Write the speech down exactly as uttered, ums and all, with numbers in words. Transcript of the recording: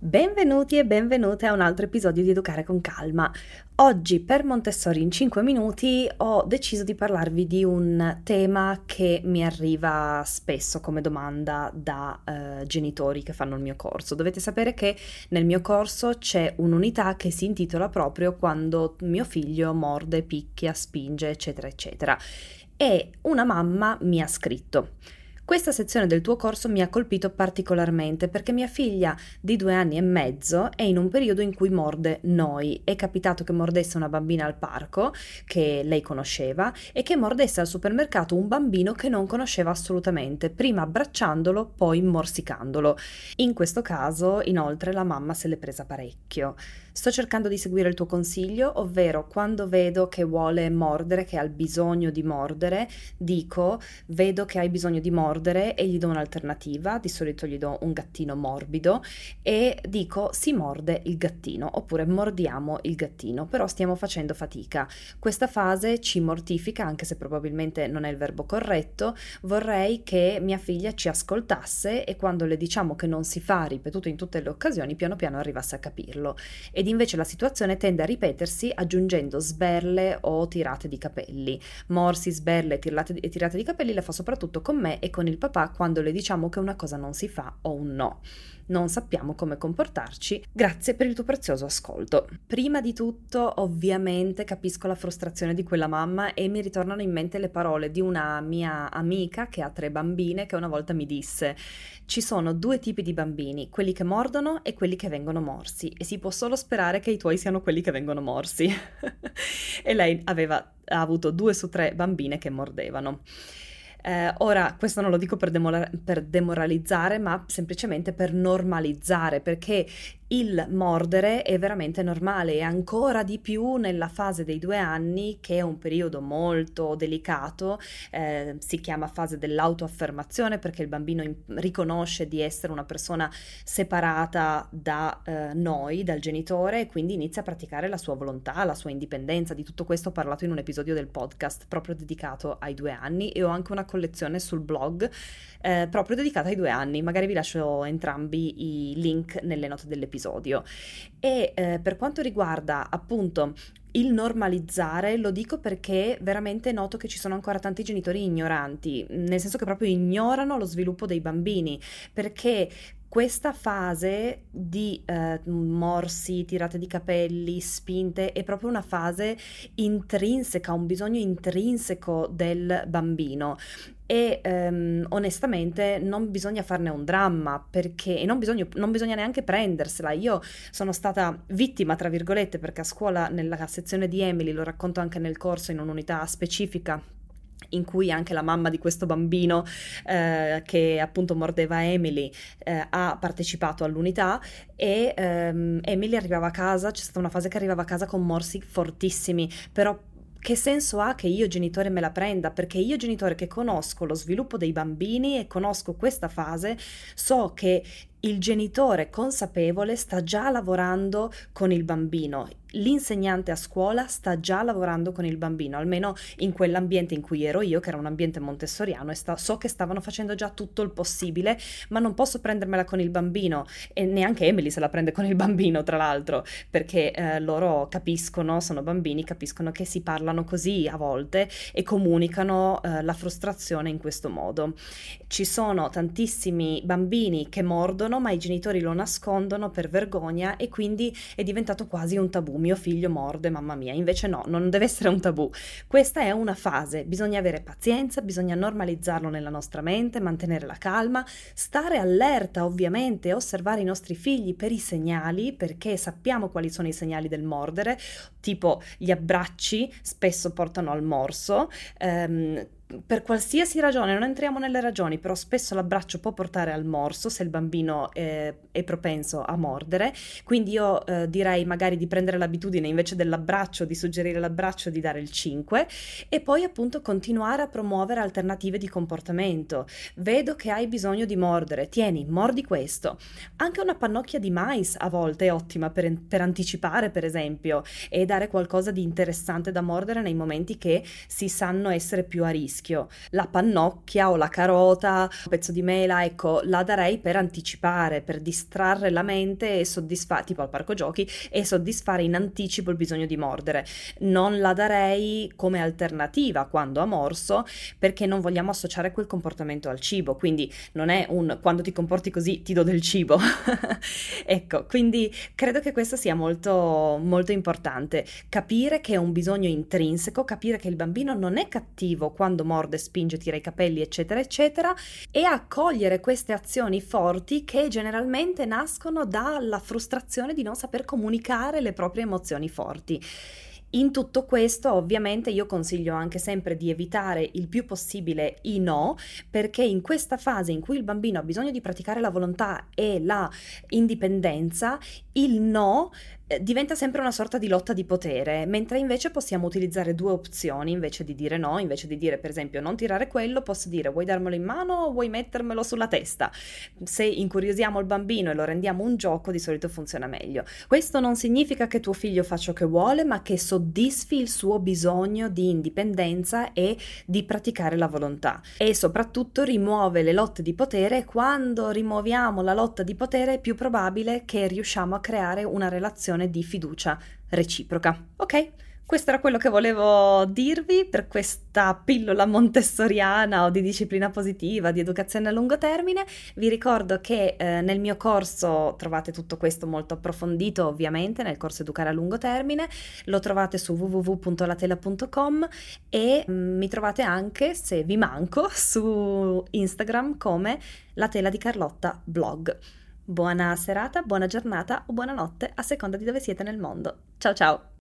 Benvenuti e benvenute a un altro episodio di Educare con Calma. Oggi per Montessori in cinque minuti ho deciso di parlarvi di un tema che mi arriva spesso come domanda da eh, genitori che fanno il mio corso. Dovete sapere che nel mio corso c'è un'unità che si intitola proprio Quando mio figlio morde, picchia, spinge, eccetera, eccetera. E una mamma mi ha scritto: questa sezione del tuo corso mi ha colpito particolarmente perché mia figlia di due anni e mezzo è in un periodo in cui morde noi. È capitato che mordesse una bambina al parco che lei conosceva e che mordesse al supermercato un bambino che non conosceva assolutamente, prima abbracciandolo, poi morsicandolo. In questo caso, inoltre, la mamma se l'è presa parecchio. Sto cercando di seguire il tuo consiglio, ovvero quando vedo che vuole mordere, che ha il bisogno di mordere, dico: vedo che hai bisogno di mordere, e gli do un'alternativa. Di solito gli do un gattino morbido e dico: si morde il gattino, oppure mordiamo il gattino, però stiamo facendo fatica. Questa fase ci mortifica, anche se probabilmente non è il verbo corretto. Vorrei che mia figlia ci ascoltasse e quando le diciamo che non si fa ripetuto in tutte le occasioni, piano piano arrivasse a capirlo. Ed invece la situazione tende a ripetersi aggiungendo sberle o tirate di capelli. Morsi, sberle e tirate di capelli le fa soprattutto con me e con il papà quando le diciamo che una cosa non si fa o un no. Non sappiamo come comportarci. Grazie per il tuo prezioso ascolto. Prima di tutto, ovviamente, capisco la frustrazione di quella mamma e mi ritornano in mente le parole di una mia amica che ha tre bambine che una volta mi disse: ci sono due tipi di bambini, quelli che mordono e quelli che vengono morsi, e si può solo sperare che i tuoi siano quelli che vengono morsi. E lei aveva ha avuto due su tre bambine che mordevano. Eh, ora, questo non lo dico per, demora- per demoralizzare, ma semplicemente per normalizzare, perché il mordere è veramente normale e ancora di più nella fase dei due anni, che è un periodo molto delicato. Eh, si chiama fase dell'autoaffermazione perché il bambino in- riconosce di essere una persona separata da eh, noi, dal genitore, e quindi inizia a praticare la sua volontà, la sua indipendenza. Di tutto questo ho parlato in un episodio del podcast proprio dedicato ai due anni e ho anche una collezione sul blog eh, proprio dedicata ai due anni. Magari vi lascio entrambi i link nelle note dell'episodio. E eh, per quanto riguarda appunto il normalizzare, lo dico perché veramente noto che ci sono ancora tanti genitori ignoranti, nel senso che proprio ignorano lo sviluppo dei bambini, perché questa fase di eh, morsi, tirate di capelli, spinte è proprio una fase intrinseca, un bisogno intrinseco del bambino. E ehm, onestamente non bisogna farne un dramma, perché e non, bisogno, non bisogna neanche prendersela. Io sono stata vittima, tra virgolette, perché a scuola nella sezione di Emily, lo racconto anche nel corso in un'unità specifica in cui anche la mamma di questo bambino eh, che appunto mordeva Emily eh, ha partecipato all'unità e ehm, Emily arrivava a casa, c'è stata una fase che arrivava a casa con morsi fortissimi, però che senso ha che io genitore me la prenda? Perché io genitore che conosco lo sviluppo dei bambini e conosco questa fase, so che il genitore consapevole sta già lavorando con il bambino, l'insegnante a scuola sta già lavorando con il bambino, almeno in quell'ambiente in cui ero io, che era un ambiente montessoriano, e sta, so che stavano facendo già tutto il possibile, ma non posso prendermela con il bambino, e neanche Emily se la prende con il bambino, tra l'altro, perché eh, loro capiscono, sono bambini, capiscono che si parlano così a volte e comunicano eh, la frustrazione in questo modo. Ci sono tantissimi bambini che mordono, ma i genitori lo nascondono per vergogna e quindi è diventato quasi un tabù. Mio figlio morde, mamma mia. Invece no, non deve essere un tabù. Questa è una fase, bisogna avere pazienza, bisogna normalizzarlo nella nostra mente, mantenere la calma, stare allerta ovviamente, osservare i nostri figli per i segnali, perché sappiamo quali sono i segnali del mordere, tipo gli abbracci spesso portano al morso, ehm, per qualsiasi ragione, non entriamo nelle ragioni, però spesso l'abbraccio può portare al morso se il bambino eh, è propenso a mordere, quindi io eh, direi magari di prendere l'abitudine invece dell'abbraccio, di suggerire l'abbraccio, di dare il cinque, e poi appunto continuare a promuovere alternative di comportamento. Vedo che hai bisogno di mordere, tieni, mordi questo. Anche una pannocchia di mais a volte è ottima per, per anticipare, per esempio, e dare qualcosa di interessante da mordere nei momenti che si sanno essere più a rischio. rischio. La pannocchia o la carota, un pezzo di mela, ecco, la darei per anticipare, per distrarre la mente e soddisfare, tipo al parco giochi, e soddisfare in anticipo il bisogno di mordere. Non la darei come alternativa quando ha morso, perché non vogliamo associare quel comportamento al cibo, quindi non è un quando ti comporti così ti do del cibo. Ecco, quindi credo che questo sia molto molto importante, capire che è un bisogno intrinseco, capire che il bambino non è cattivo quando morde, spinge, tira i capelli, eccetera eccetera, e accogliere queste azioni forti che generalmente nascono dalla frustrazione di non saper comunicare le proprie emozioni forti. In tutto questo, ovviamente, io consiglio anche sempre di evitare il più possibile i no, perché in questa fase in cui il bambino ha bisogno di praticare la volontà e la indipendenza, il no eh, diventa sempre una sorta di lotta di potere, mentre invece possiamo utilizzare due opzioni invece di dire no. Invece di dire, per esempio, non tirare quello, posso dire: vuoi darmelo in mano o vuoi mettermelo sulla testa? Se incuriosiamo il bambino e lo rendiamo un gioco, di solito funziona meglio. Questo non significa che tuo figlio fa ciò che vuole, ma che soddisfi il suo bisogno di indipendenza e di praticare la volontà. E soprattutto rimuove le lotte di potere. Quando rimuoviamo la lotta di potere è più probabile che riusciamo a creare una relazione di fiducia reciproca. Ok? Questo era quello che volevo dirvi per questa pillola montessoriana o di disciplina positiva, di educazione a lungo termine. Vi ricordo che eh, nel mio corso trovate tutto questo molto approfondito, ovviamente, nel corso Educare a lungo termine. Lo trovate su w w w punto latela punto com e mm, mi trovate anche, se vi manco, su Instagram come La Tela di Carlotta blog. Buona serata, buona giornata o buonanotte a seconda di dove siete nel mondo. Ciao ciao!